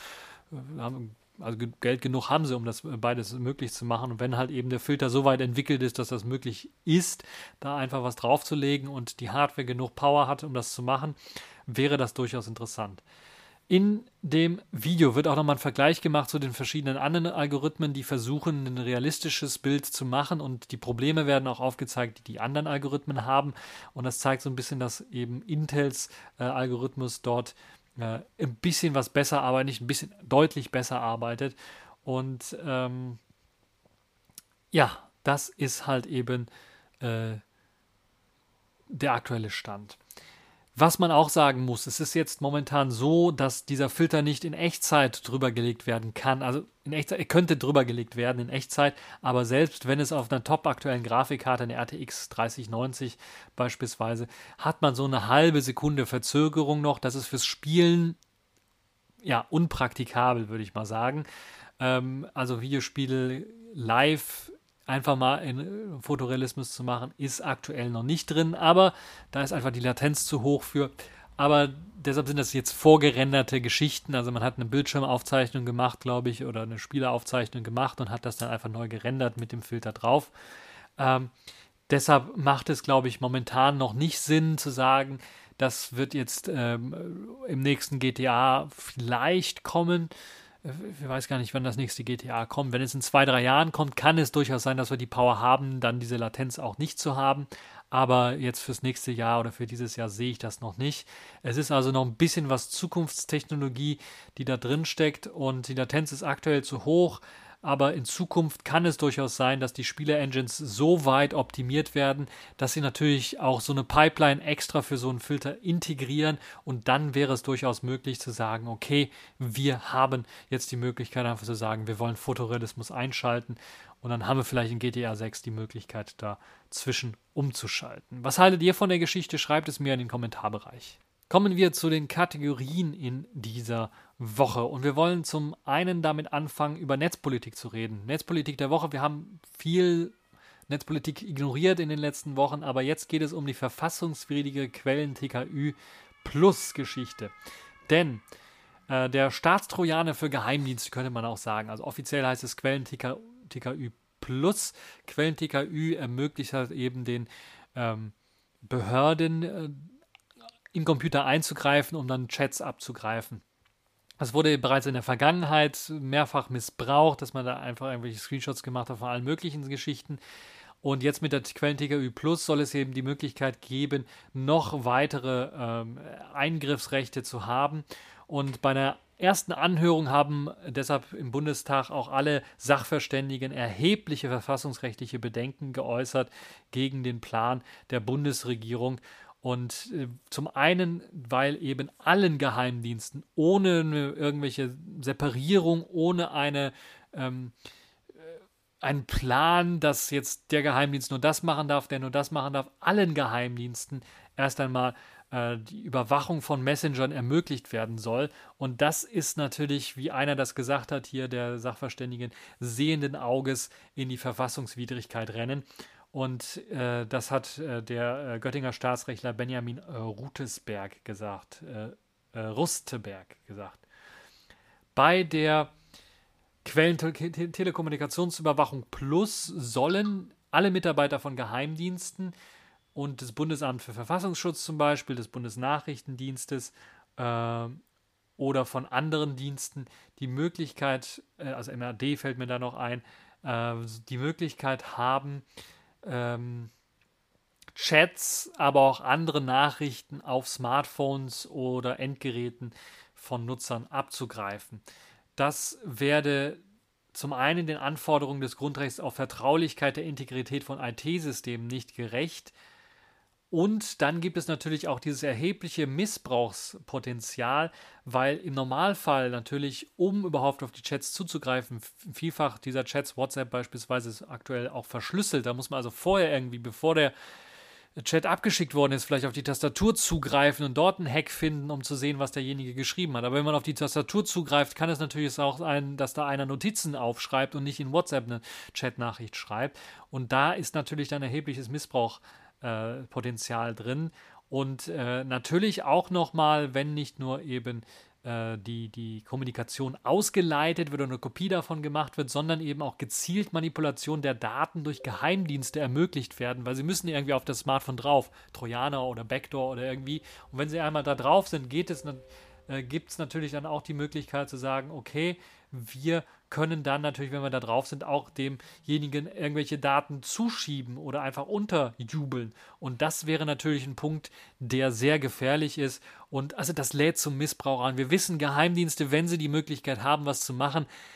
Also Geld genug haben sie, um das beides möglich zu machen. Und wenn halt eben der Filter so weit entwickelt ist, dass das möglich ist, da einfach was draufzulegen und die Hardware genug Power hat, um das zu machen, wäre das durchaus interessant. In dem Video wird auch nochmal ein Vergleich gemacht zu den verschiedenen anderen Algorithmen, die versuchen, ein realistisches Bild zu machen und die Probleme werden auch aufgezeigt, die die anderen Algorithmen haben und das zeigt so ein bisschen, dass eben Intels äh, Algorithmus dort äh, ein bisschen was besser arbeitet, nicht ein bisschen, deutlich besser arbeitet und ähm, ja, das ist halt eben äh, der aktuelle Stand. Was man auch sagen muss, es ist jetzt momentan so, dass dieser Filter nicht in Echtzeit drüber gelegt werden kann. Also in Echtzeit, er könnte drüber gelegt werden in Echtzeit, aber selbst wenn es auf einer top aktuellen Grafikkarte, eine R T X dreißig neunzig beispielsweise, hat man so eine halbe Sekunde Verzögerung noch. Das ist fürs Spielen ja unpraktikabel, würde ich mal sagen. Ähm, also Videospiele live einfach mal in Fotorealismus zu machen, ist aktuell noch nicht drin, aber da ist einfach die Latenz zu hoch für. Aber deshalb sind das jetzt vorgerenderte Geschichten, also man hat eine Bildschirmaufzeichnung gemacht, glaube ich, oder eine Spieleraufzeichnung gemacht und hat das dann einfach neu gerendert mit dem Filter drauf. Ähm, deshalb macht es, glaube ich, momentan noch nicht Sinn zu sagen, das wird jetzt ähm, im nächsten G T A vielleicht kommen. Ich weiß gar nicht, wann das nächste G T A kommt. Wenn es in zwei, drei Jahren kommt, kann es durchaus sein, dass wir die Power haben, dann diese Latenz auch nicht zu haben. Aber jetzt fürs nächste Jahr oder für dieses Jahr sehe ich das noch nicht. Es ist also noch ein bisschen was Zukunftstechnologie, die da drin steckt und die Latenz ist aktuell zu hoch. Aber in Zukunft kann es durchaus sein, dass die Spiele-Engines so weit optimiert werden, dass sie natürlich auch so eine Pipeline extra für so einen Filter integrieren und dann wäre es durchaus möglich zu sagen, okay, wir haben jetzt die Möglichkeit einfach zu sagen, wir wollen Fotorealismus einschalten und dann haben wir vielleicht in G T A sechs die Möglichkeit, dazwischen umzuschalten. Was haltet ihr von der Geschichte? Schreibt es mir in den Kommentarbereich. Kommen wir zu den Kategorien in dieser Woche. Und wir wollen zum einen damit anfangen, über Netzpolitik zu reden. Netzpolitik der Woche. Wir haben viel Netzpolitik ignoriert in den letzten Wochen, aber jetzt geht es um die verfassungswidrige Quellen-T K Ü-Plus-Geschichte. Denn äh, der Staatstrojaner für Geheimdienste, könnte man auch sagen. Also offiziell heißt es Quellen-T K Ü-Plus. Quellen-T K Ü ermöglicht halt eben den ähm, Behörden, äh, in Computer einzugreifen, um dann Chats abzugreifen. Das wurde bereits in der Vergangenheit mehrfach missbraucht, dass man da einfach irgendwelche Screenshots gemacht hat von allen möglichen Geschichten. Und jetzt mit der Quellen-T K Ü Plus soll es eben die Möglichkeit geben, noch weitere ähm, Eingriffsrechte zu haben. Und bei einer ersten Anhörung haben deshalb im Bundestag auch alle Sachverständigen erhebliche verfassungsrechtliche Bedenken geäußert gegen den Plan der Bundesregierung. Und äh, zum einen, weil eben allen Geheimdiensten ohne eine, irgendwelche Separierung, ohne eine, ähm, äh, einen Plan, dass jetzt der Geheimdienst nur das machen darf, der nur das machen darf, allen Geheimdiensten erst einmal äh, die Überwachung von Messengern ermöglicht werden soll. Und das ist natürlich, wie einer das gesagt hat, hier der Sachverständigen, sehenden Auges in die Verfassungswidrigkeit rennen. Und äh, das hat äh, der äh, Göttinger Staatsrechtler Benjamin äh, Rutesberg gesagt, äh, äh, Rusteberg gesagt. Bei der Quellentelekommunikationsüberwachung Plus sollen alle Mitarbeiter von Geheimdiensten und des Bundesamts für Verfassungsschutz zum Beispiel, des Bundesnachrichtendienstes äh, oder von anderen Diensten die Möglichkeit, äh, also M R D fällt mir da noch ein, äh, die Möglichkeit haben, Ähm, Chats, aber auch andere Nachrichten auf Smartphones oder Endgeräten von Nutzern abzugreifen. Das werde zum einen den Anforderungen des Grundrechts auf Vertraulichkeit der Integrität von I T-Systemen nicht gerecht. Und dann gibt es natürlich auch dieses erhebliche Missbrauchspotenzial, weil im Normalfall natürlich, um überhaupt auf die Chats zuzugreifen, vielfach dieser Chats, WhatsApp beispielsweise, ist aktuell auch verschlüsselt. Da muss man also vorher irgendwie, bevor der Chat abgeschickt worden ist, vielleicht auf die Tastatur zugreifen und dort einen Hack finden, um zu sehen, was derjenige geschrieben hat. Aber wenn man auf die Tastatur zugreift, kann es natürlich auch sein, dass da einer Notizen aufschreibt und nicht in WhatsApp eine Chatnachricht schreibt. Und da ist natürlich dann erhebliches Missbrauch Äh, Potenzial drin und äh, natürlich auch nochmal, wenn nicht nur eben äh, die, die Kommunikation ausgeleitet wird oder eine Kopie davon gemacht wird, sondern eben auch gezielt Manipulation der Daten durch Geheimdienste ermöglicht werden, weil sie müssen irgendwie auf das Smartphone drauf, Trojaner oder Backdoor oder irgendwie, und wenn sie einmal da drauf sind, geht es dann äh, gibt es natürlich dann auch die Möglichkeit zu sagen, okay, wir können dann natürlich, wenn wir da drauf sind, auch demjenigen irgendwelche Daten zuschieben oder einfach unterjubeln. Und das wäre natürlich ein Punkt, der sehr gefährlich ist. Und also das lädt zum Missbrauch an. Wir wissen, Geheimdienste, wenn sie die Möglichkeit haben, was zu machen,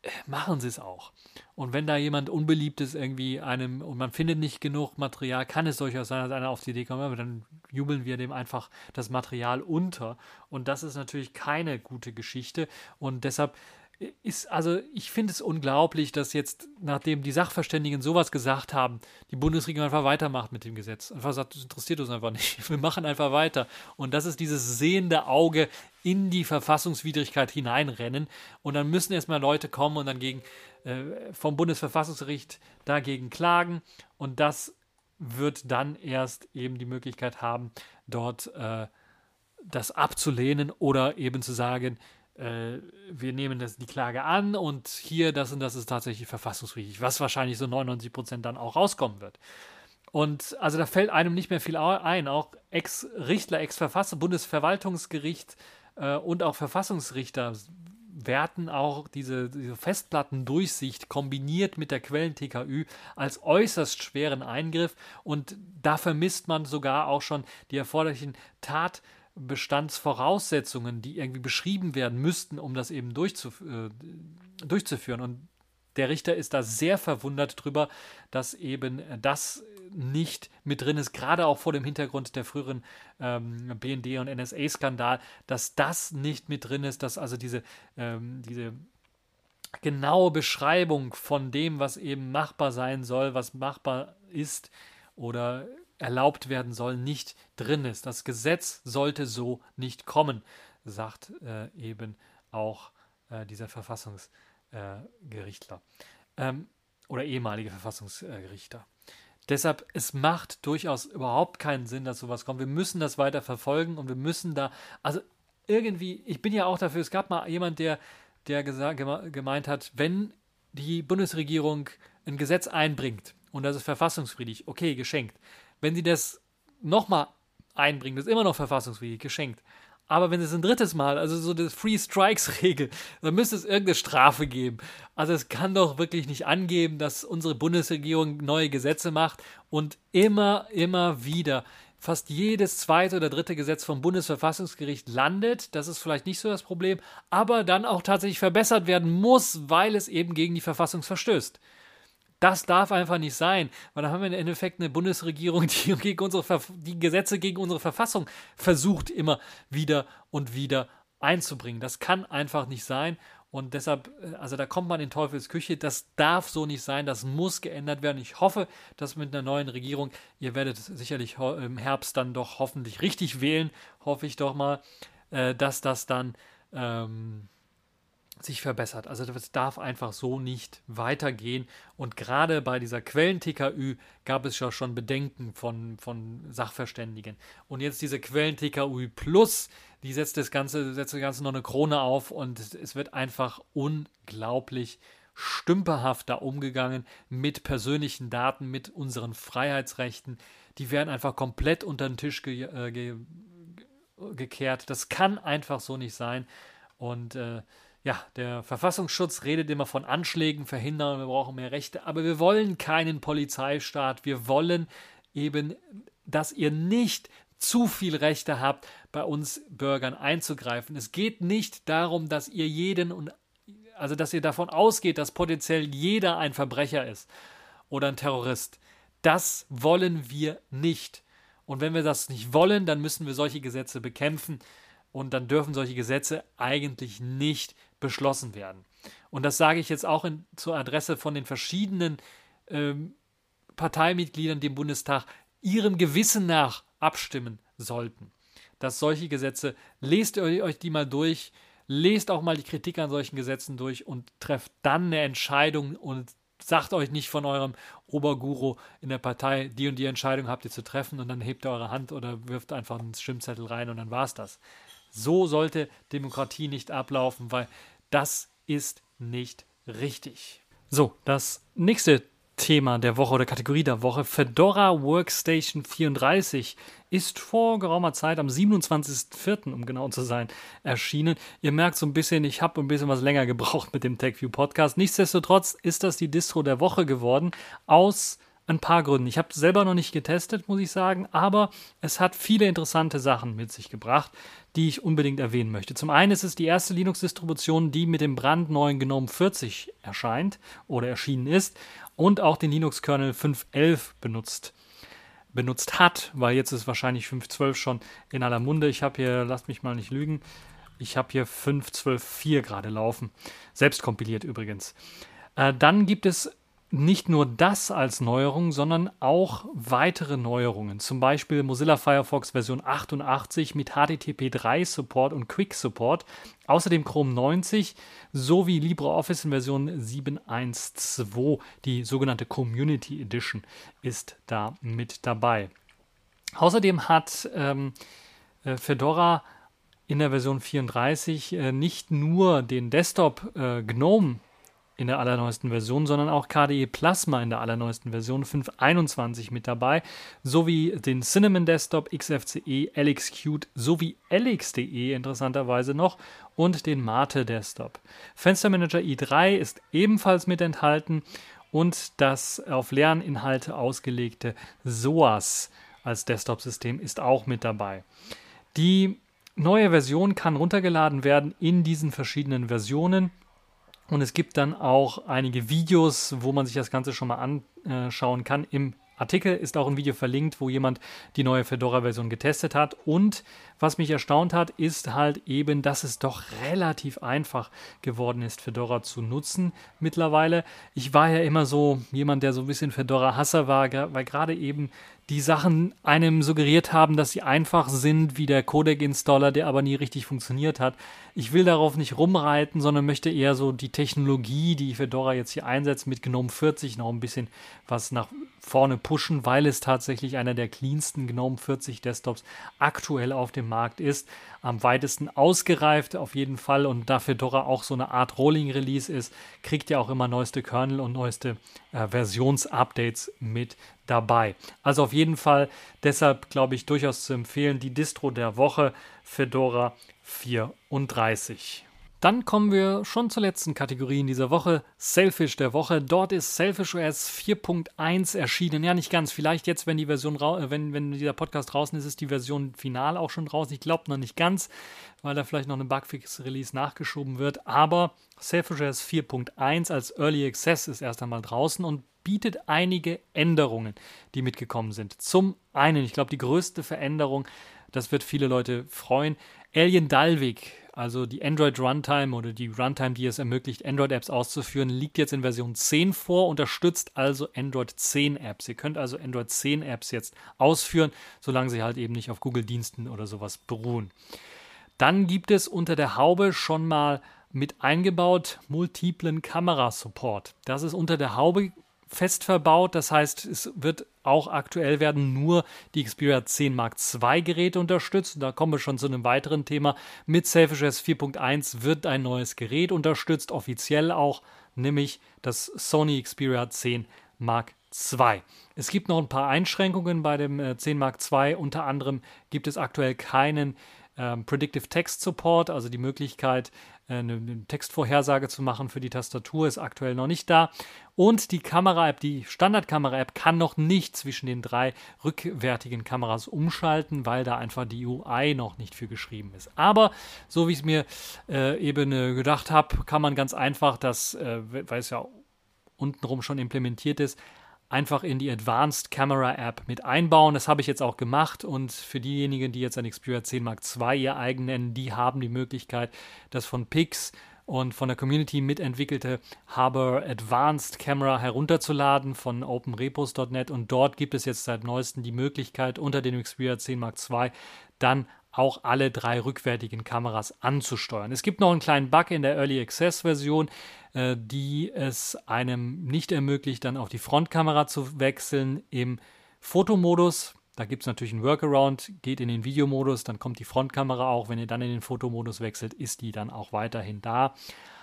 machen sie es auch. Und wenn da jemand Unbeliebtes irgendwie einem und man findet nicht genug Material, kann es durchaus sein, dass einer auf die Idee kommt, aber dann jubeln wir dem einfach das Material unter. Und das ist natürlich keine gute Geschichte. Und deshalb ist, also ich finde es unglaublich, dass jetzt, nachdem die Sachverständigen sowas gesagt haben, die Bundesregierung einfach weitermacht mit dem Gesetz. Einfach sagt, das interessiert uns einfach nicht. Wir machen einfach weiter. Und das ist dieses sehende Auge in die Verfassungswidrigkeit hineinrennen. Und dann müssen erstmal Leute kommen und dann gegen, äh, vom Bundesverfassungsgericht dagegen klagen. Und das wird dann erst eben die Möglichkeit haben, dort äh, das abzulehnen oder eben zu sagen, äh, wir nehmen das, die Klage an und hier das und das ist tatsächlich verfassungswidrig, was wahrscheinlich so neunundneunzig Prozent dann auch rauskommen wird. Und also da fällt einem nicht mehr viel ein, auch Ex-Richter, Ex-Verfasser, Bundesverwaltungsgericht äh, und auch Verfassungsrichter werten auch diese, diese Festplattendurchsicht kombiniert mit der Quellen-T K Ü als äußerst schweren Eingriff und da vermisst man sogar auch schon die erforderlichen Tat Bestandsvoraussetzungen, die irgendwie beschrieben werden müssten, um das eben durchzuf- äh, durchzuführen. Und der Richter ist da sehr verwundert drüber, dass eben das nicht mit drin ist, gerade auch vor dem Hintergrund der früheren ähm, B N D- und N S A-Skandal, dass das nicht mit drin ist, dass also diese, ähm, diese genaue Beschreibung von dem, was eben machbar sein soll, was machbar ist oder erlaubt werden soll, nicht drin ist. Das Gesetz sollte so nicht kommen, sagt äh, eben auch äh, dieser Verfassungsgerichtler äh, ähm, oder ehemalige Verfassungsgerichter. Deshalb, es macht durchaus überhaupt keinen Sinn, dass sowas kommt. Wir müssen das weiter verfolgen und wir müssen da, also irgendwie, ich bin ja auch dafür, es gab mal jemand, der, der gesa- geme- gemeint hat, wenn die Bundesregierung ein Gesetz einbringt und das ist verfassungswidrig, okay, geschenkt. Wenn sie das nochmal einbringen, das ist immer noch verfassungswidrig, geschenkt. Aber wenn es ein drittes Mal, also so eine Free-Strikes-Regel, dann müsste es irgendeine Strafe geben. Also es kann doch wirklich nicht angeben, dass unsere Bundesregierung neue Gesetze macht und immer, immer wieder fast jedes zweite oder dritte Gesetz vom Bundesverfassungsgericht landet. Das ist vielleicht nicht so das Problem, aber dann auch tatsächlich verbessert werden muss, weil es eben gegen die Verfassung verstößt. Das darf einfach nicht sein, weil da haben wir im Endeffekt eine Bundesregierung, die, gegen unsere Verf- die Gesetze gegen unsere Verfassung versucht immer wieder und wieder einzubringen. Das kann einfach nicht sein und deshalb, also da kommt man in Teufels Küche, das darf so nicht sein, das muss geändert werden. Ich hoffe, dass mit einer neuen Regierung, ihr werdet sicherlich im Herbst dann doch hoffentlich richtig wählen, hoffe ich doch mal, dass das dann ähm, sich verbessert. Also das darf einfach so nicht weitergehen. Und gerade bei dieser Quellen-T K Ü gab es ja schon Bedenken von, von Sachverständigen. Und jetzt diese Quellen-T K Ü Plus, die setzt das Ganze, setzt das Ganze noch eine Krone auf und es wird einfach unglaublich stümperhaft da umgegangen mit persönlichen Daten, mit unseren Freiheitsrechten. Die werden einfach komplett unter den Tisch ge- äh, ge- gekehrt. Das kann einfach so nicht sein. Und äh, ja, der Verfassungsschutz redet immer von Anschlägen verhindern, wir brauchen mehr Rechte, aber wir wollen keinen Polizeistaat. Wir wollen eben, dass ihr nicht zu viel Rechte habt, bei uns Bürgern einzugreifen. Es geht nicht darum, dass ihr jeden und also dass ihr davon ausgeht, dass potenziell jeder ein Verbrecher ist oder ein Terrorist. Das wollen wir nicht. Und wenn wir das nicht wollen, dann müssen wir solche Gesetze bekämpfen. Und dann dürfen solche Gesetze eigentlich nicht beschlossen werden. Und das sage ich jetzt auch in, zur Adresse von den verschiedenen ähm, Parteimitgliedern, die im Bundestag ihrem Gewissen nach abstimmen sollten. Dass solche Gesetze, lest euch, euch die mal durch, lest auch mal die Kritik an solchen Gesetzen durch und trefft dann eine Entscheidung und sagt euch nicht von eurem Oberguru in der Partei, die und die Entscheidung habt ihr zu treffen und dann hebt ihr eure Hand oder wirft einfach einen Stimmzettel rein und dann war's das. So sollte Demokratie nicht ablaufen, weil das ist nicht richtig. So, das nächste Thema der Woche oder Kategorie der Woche, Fedora Workstation vierunddreißig, ist vor geraumer Zeit, am siebenundzwanzigsten vierten um genau zu sein, erschienen. Ihr merkt so ein bisschen, ich habe ein bisschen was länger gebraucht mit dem TechView Podcast. Nichtsdestotrotz ist das die Distro der Woche geworden, aus ein paar Gründen. Ich habe es selber noch nicht getestet, muss ich sagen, aber es hat viele interessante Sachen mit sich gebracht, die ich unbedingt erwähnen möchte. Zum einen ist es die erste Linux-Distribution, die mit dem brandneuen GNOME vierzig erscheint oder erschienen ist und auch den Linux-Kernel fünf Punkt elf benutzt. benutzt hat, weil jetzt ist wahrscheinlich fünf Punkt zwölf schon in aller Munde. Ich habe hier, lasst mich mal nicht lügen, ich habe hier fünf Punkt zwölf Punkt vier gerade laufen. Selbst kompiliert übrigens. Äh, dann gibt es nicht nur das als Neuerung, sondern auch weitere Neuerungen. Zum Beispiel Mozilla Firefox Version achtundachtzig mit H T T P drei Support und Quick Support. Außerdem Chrome neunzig sowie LibreOffice in Version sieben Punkt eins Punkt zwei. Die sogenannte Community Edition ist da mit dabei. Außerdem hat ähm, Fedora in der Version vierunddreißig äh, nicht nur den Desktop äh, GNOME in der allerneuesten Version, sondern auch K D E Plasma in der allerneuesten Version fünf Punkt einundzwanzig mit dabei, sowie den Cinnamon Desktop, X F C E, L X Qt sowie L X punkt D E interessanterweise noch und den Mate Desktop. Fenstermanager i drei ist ebenfalls mit enthalten und das auf Lerninhalte ausgelegte S O A S als Desktop-System ist auch mit dabei. Die neue Version kann runtergeladen werden in diesen verschiedenen Versionen. Und es gibt dann auch einige Videos, wo man sich das Ganze schon mal anschauen kann. Im Artikel ist auch ein Video verlinkt, wo jemand die neue Fedora-Version getestet hat. Und was mich erstaunt hat, ist halt eben, dass es doch relativ einfach geworden ist, Fedora zu nutzen mittlerweile. Ich war ja immer so jemand, der so ein bisschen Fedora-Hasser war, weil gerade eben die Sachen einem suggeriert haben, dass sie einfach sind wie der Codec-Installer, der aber nie richtig funktioniert hat. Ich will darauf nicht rumreiten, sondern möchte eher so die Technologie, die Fedora jetzt hier einsetzt, mit GNOME vierzig noch ein bisschen was nach vorne pushen, weil es tatsächlich einer der cleansten GNOME vierzig Desktops aktuell auf dem Markt ist. Am weitesten ausgereift auf jeden Fall, und da Fedora auch so eine Art Rolling-Release ist, kriegt ihr auch immer neueste Kernel und neueste äh, Versionsupdates mit dabei. Also auf jeden Fall deshalb, glaube ich, durchaus zu empfehlen, die Distro der Woche, Fedora vierunddreißig. Dann kommen wir schon zur letzten Kategorie in dieser Woche, Sailfish der Woche. Dort ist Sailfish O S vier Punkt eins erschienen. Ja, nicht ganz. Vielleicht jetzt, wenn die Version ra- wenn, wenn dieser Podcast draußen ist, ist die Version final auch schon draußen. Ich glaube noch nicht ganz, weil da vielleicht noch eine Bugfix-Release nachgeschoben wird. Aber Sailfish O S vier Punkt eins als Early Access ist erst einmal draußen und bietet einige Änderungen, die mitgekommen sind. Zum einen, ich glaube, die größte Veränderung, das wird viele Leute freuen, Alien Dalvik, also die Android Runtime oder die Runtime, die es ermöglicht, Android-Apps auszuführen, liegt jetzt in Version zehn vor, unterstützt also Android zehn Apps. Ihr könnt also Android zehn Apps jetzt ausführen, solange sie halt eben nicht auf Google-Diensten oder sowas beruhen. Dann gibt es unter der Haube schon mal mit eingebaut multiplen Kamera-Support. Das ist unter der Haube fest verbaut, das heißt, es wird auch aktuell werden nur die Xperia zehn Mark zwei Geräte unterstützt. Da kommen wir schon zu einem weiteren Thema. Mit Sailfish O S vier Punkt eins wird ein neues Gerät unterstützt, offiziell auch, nämlich das Sony Xperia zehn Mark zwei. Es gibt noch ein paar Einschränkungen bei dem äh, zehn Mark zwei. Unter anderem gibt es aktuell keinen ähm, Predictive Text Support, also die Möglichkeit, äh, eine, eine Textvorhersage zu machen für die Tastatur, ist aktuell noch nicht da. Und die Kamera-App, die Standard-Kamera-App, kann noch nicht zwischen den drei rückwärtigen Kameras umschalten, weil da einfach die U I noch nicht für geschrieben ist. Aber so wie ich es mir äh, eben äh, gedacht habe, kann man ganz einfach das, äh, weil es ja untenrum schon implementiert ist, einfach in die Advanced Camera App mit einbauen. Das habe ich jetzt auch gemacht, und für diejenigen, die jetzt ein Xperia zehn Mark zwei ihr eigen nennen, die haben die Möglichkeit, das von Pix und von der Community mitentwickelte Harbor Advanced Camera herunterzuladen von open repos Punkt net, und dort gibt es jetzt seit neuestem die Möglichkeit, unter dem Xperia zehn Mark zwei dann auch alle drei rückwärtigen Kameras anzusteuern. Es gibt noch einen kleinen Bug in der Early Access Version, äh, die es einem nicht ermöglicht, dann auf die Frontkamera zu wechseln im Fotomodus. Da gibt es natürlich einen Workaround, geht in den Videomodus, dann kommt die Frontkamera auch. Wenn ihr dann in den Fotomodus wechselt, ist die dann auch weiterhin da.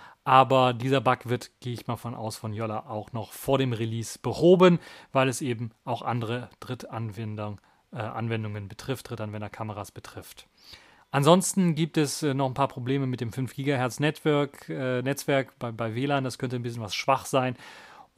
Aber dieser Bug wird, gehe ich mal von aus, von Jolla auch noch vor dem Release behoben, weil es eben auch andere Drittanwendungen äh, Anwendungen betrifft, Drittanwenderkameras betrifft. Ansonsten gibt es äh, noch ein paar Probleme mit dem fünf Gigahertz Network, äh, Netzwerk bei, bei W L A N. Das könnte ein bisschen was schwach sein.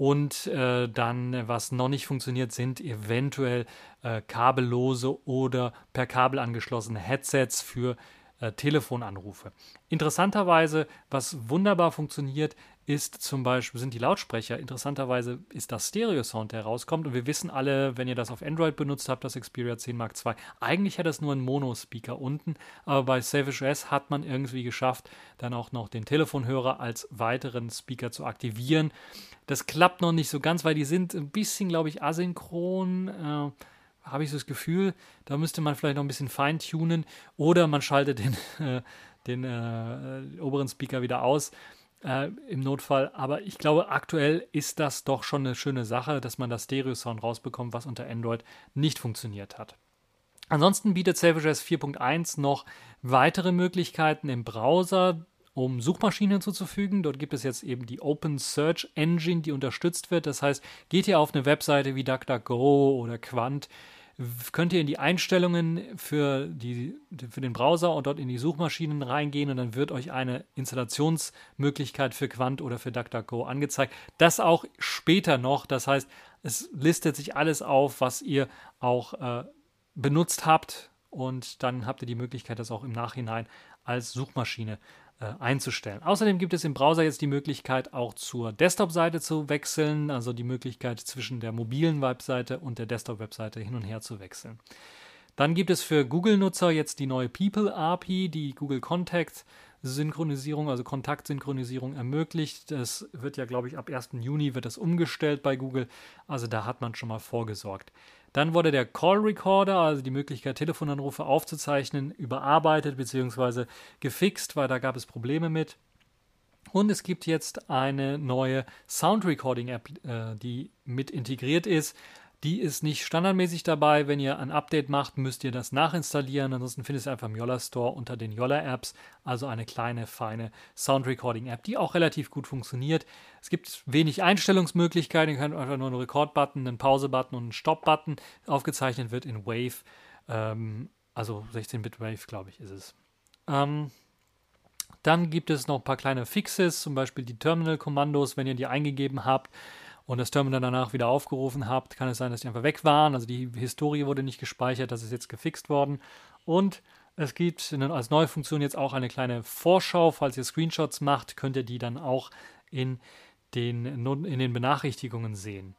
Und äh, dann, was noch nicht funktioniert, sind eventuell äh, kabellose oder per Kabel angeschlossene Headsets für äh, Telefonanrufe. Interessanterweise, was wunderbar funktioniert, ist zum Beispiel, sind die Lautsprecher. Interessanterweise ist das Stereo-Sound, der rauskommt. Und wir wissen alle, wenn ihr das auf Android benutzt habt, das Xperia zehn Mark zwei, eigentlich hat es nur einen Mono-Speaker unten. Aber bei Savage O S hat man irgendwie geschafft, dann auch noch den Telefonhörer als weiteren Speaker zu aktivieren. Das klappt noch nicht so ganz, weil die sind ein bisschen, glaube ich, asynchron. Äh, habe ich so das Gefühl, da müsste man vielleicht noch ein bisschen feintunen. Oder man schaltet den, äh, den äh, oberen Speaker wieder aus. Äh, im Notfall, aber ich glaube, aktuell ist das doch schon eine schöne Sache, dass man das Stereo-Sound rausbekommt, was unter Android nicht funktioniert hat. Ansonsten bietet Savage O S vier Punkt eins noch weitere Möglichkeiten im Browser, um Suchmaschinen hinzuzufügen. Dort gibt es jetzt eben die Open Search Engine, die unterstützt wird. Das heißt, geht ihr auf eine Webseite wie DuckDuckGo oder Quant, könnt ihr in die Einstellungen für, die, für den Browser und dort in die Suchmaschinen reingehen und dann wird euch eine Installationsmöglichkeit für Quant oder für DuckDuckGo angezeigt. Das auch später noch, das heißt, es listet sich alles auf, was ihr auch äh, benutzt habt und dann habt ihr die Möglichkeit, das auch im Nachhinein als Suchmaschine einzustellen. Außerdem gibt es im Browser jetzt die Möglichkeit, auch zur Desktop-Seite zu wechseln, also die Möglichkeit zwischen der mobilen Webseite und der Desktop-Webseite hin und her zu wechseln. Dann gibt es für Google-Nutzer jetzt die neue People-A P I, die Google Contact-Synchronisierung, also Kontaktsynchronisierung ermöglicht. Das wird ja, glaube ich, ab ersten Juni wird das umgestellt bei Google, also da hat man schon mal vorgesorgt. Dann wurde der Call Recorder, also die Möglichkeit, Telefonanrufe aufzuzeichnen, überarbeitet bzw. gefixt, weil da gab es Probleme mit. Und es gibt jetzt eine neue Sound Recording App, äh, die mit integriert ist. Die ist nicht standardmäßig dabei. Wenn ihr ein Update macht, müsst ihr das nachinstallieren. Ansonsten findet ihr einfach im Yolla Store unter den Yolla Apps. Also eine kleine, feine Sound Recording App, die auch relativ gut funktioniert. Es gibt wenig Einstellungsmöglichkeiten. Ihr könnt einfach nur einen Record-Button, einen Pause-Button und einen Stop-Button. Aufgezeichnet wird in Wave. Ähm, also sechzehn Bit Wave, glaube ich, ist es. Ähm, dann gibt es noch ein paar kleine Fixes, zum Beispiel die Terminal-Kommandos, wenn ihr die eingegeben habt und das Terminal danach wieder aufgerufen habt, kann es sein, dass die einfach weg waren. Also die Historie wurde nicht gespeichert, das ist jetzt gefixt worden. Und es gibt als neue Funktion jetzt auch eine kleine Vorschau. Falls ihr Screenshots macht, könnt ihr die dann auch in den, in den Benachrichtigungen sehen.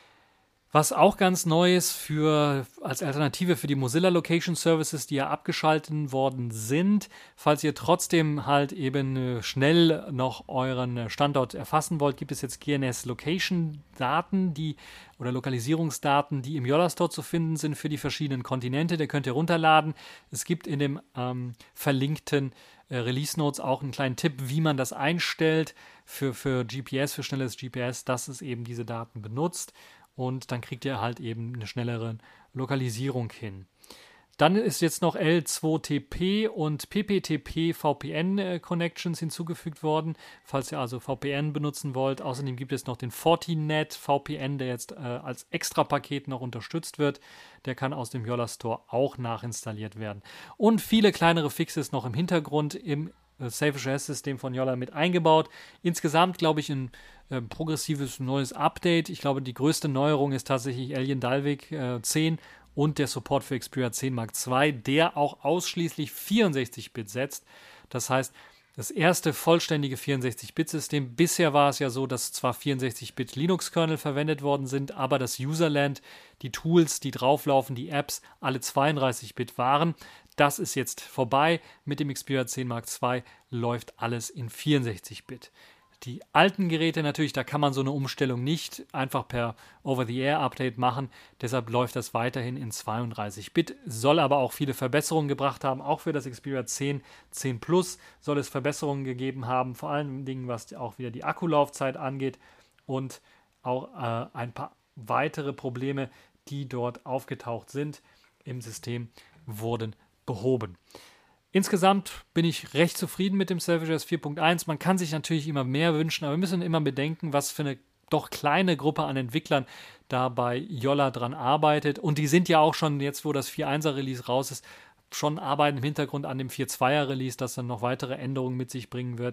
Was auch ganz neu ist für, als Alternative für die Mozilla Location Services, die ja abgeschaltet worden sind, falls ihr trotzdem halt eben schnell noch euren Standort erfassen wollt, gibt es jetzt G N S Location Daten, die oder Lokalisierungsdaten, die im Yolla Store zu finden sind für die verschiedenen Kontinente. Der könnt ihr runterladen. Es gibt in dem ähm, verlinkten äh, Release Notes auch einen kleinen Tipp, wie man das einstellt für, für G P S, für schnelles G P S, dass es eben diese Daten benutzt. Und dann kriegt ihr halt eben eine schnellere Lokalisierung hin. Dann ist jetzt noch L zwei T P und P P T P V P N-Connections hinzugefügt worden, falls ihr also V P N benutzen wollt. Außerdem gibt es noch den Fortinet V P N, der jetzt äh, als Extra-Paket noch unterstützt wird. Der kann aus dem Yolla Store auch nachinstalliert werden. Und viele kleinere Fixes noch im Hintergrund im Savage O S-System von Yolla mit eingebaut. Insgesamt, glaube ich, ein äh, progressives neues Update. Ich glaube, die größte Neuerung ist tatsächlich Alien Dalvik äh, zehn und der Support für Xperia zehn Mark zwei, der auch ausschließlich vierundsechzig Bit setzt. Das heißt, das erste vollständige vierundsechzig Bit System. Bisher war es ja so, dass zwar vierundsechzig Bit Linux-Kernel verwendet worden sind, aber das Userland, die Tools, die drauflaufen, die Apps, alle zweiunddreißig Bit waren. Das ist jetzt vorbei. Mit dem Xperia zehn Mark zwei läuft alles in vierundsechzig Bit. Die alten Geräte natürlich, da kann man so eine Umstellung nicht einfach per Over-the-Air-Update machen. Deshalb läuft das weiterhin in zweiunddreißig Bit. Soll aber auch viele Verbesserungen gebracht haben. Auch für das Xperia zehn, zehn Plus soll es Verbesserungen gegeben haben. Vor allen Dingen, was auch wieder die Akkulaufzeit angeht. Und auch äh, ein paar weitere Probleme, die dort aufgetaucht sind im System, wurden behoben. Insgesamt bin ich recht zufrieden mit dem Savage O S vier Punkt eins. Man kann sich natürlich immer mehr wünschen, aber wir müssen immer bedenken, was für eine doch kleine Gruppe an Entwicklern da bei Yolla dran arbeitet. Und die sind ja auch schon jetzt, wo das vier Punkt eins Release raus ist, schon arbeiten im Hintergrund an dem vier Punkt zwei Release, das dann noch weitere Änderungen mit sich bringen wird.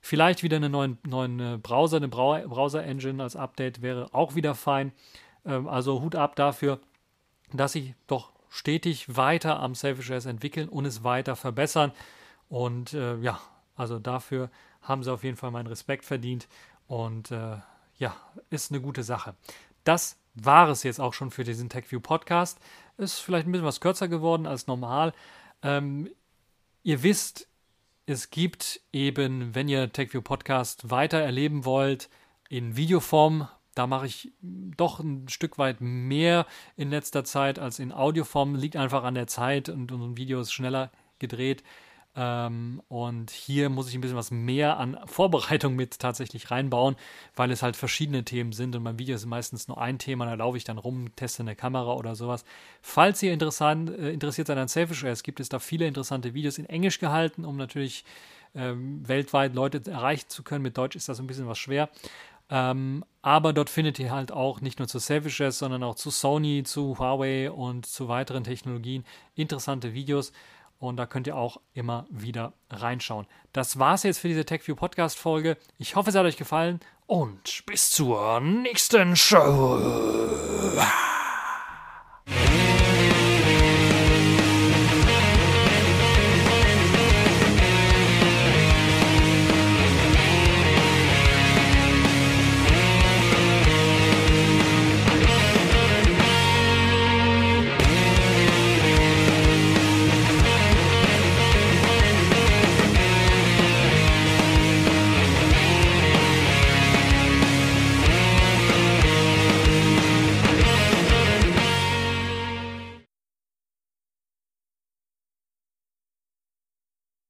Vielleicht wieder einen neuen, neuen Browser, eine Browser-Engine als Update wäre auch wieder fein. Ähm, also Hut ab dafür, dass sie doch stetig weiter am Selfish O S entwickeln und es weiter verbessern. Und äh, ja, also dafür haben sie auf jeden Fall meinen Respekt verdient. Und äh, ja, ist eine gute Sache. Das war es jetzt auch schon für diesen TechView Podcast. Ist vielleicht ein bisschen was kürzer geworden als normal. Ähm, ihr wisst, es gibt eben, wenn ihr TechView Podcast weiter erleben wollt, in Videoform, da mache ich doch ein Stück weit mehr in letzter Zeit als in Audioform. Liegt einfach an der Zeit und, und ein Video ist schneller gedreht. Ähm, und hier muss ich ein bisschen was mehr an Vorbereitung mit tatsächlich reinbauen, weil es halt verschiedene Themen sind und mein Video ist meistens nur ein Thema, da laufe ich dann rum, teste eine Kamera oder sowas. Falls ihr interessant, äh, interessiert seid an Selfish O S, gibt es da viele interessante Videos in Englisch gehalten, um natürlich ähm, weltweit Leute erreichen zu können. Mit Deutsch ist das ein bisschen was schwer. Ähm, aber dort findet ihr halt auch nicht nur zu Selfish O S, sondern auch zu Sony, zu Huawei und zu weiteren Technologien interessante Videos. Und da könnt ihr auch immer wieder reinschauen. Das war's jetzt für diese TechView Podcast Folge. Ich hoffe, es hat euch gefallen und bis zur nächsten Show.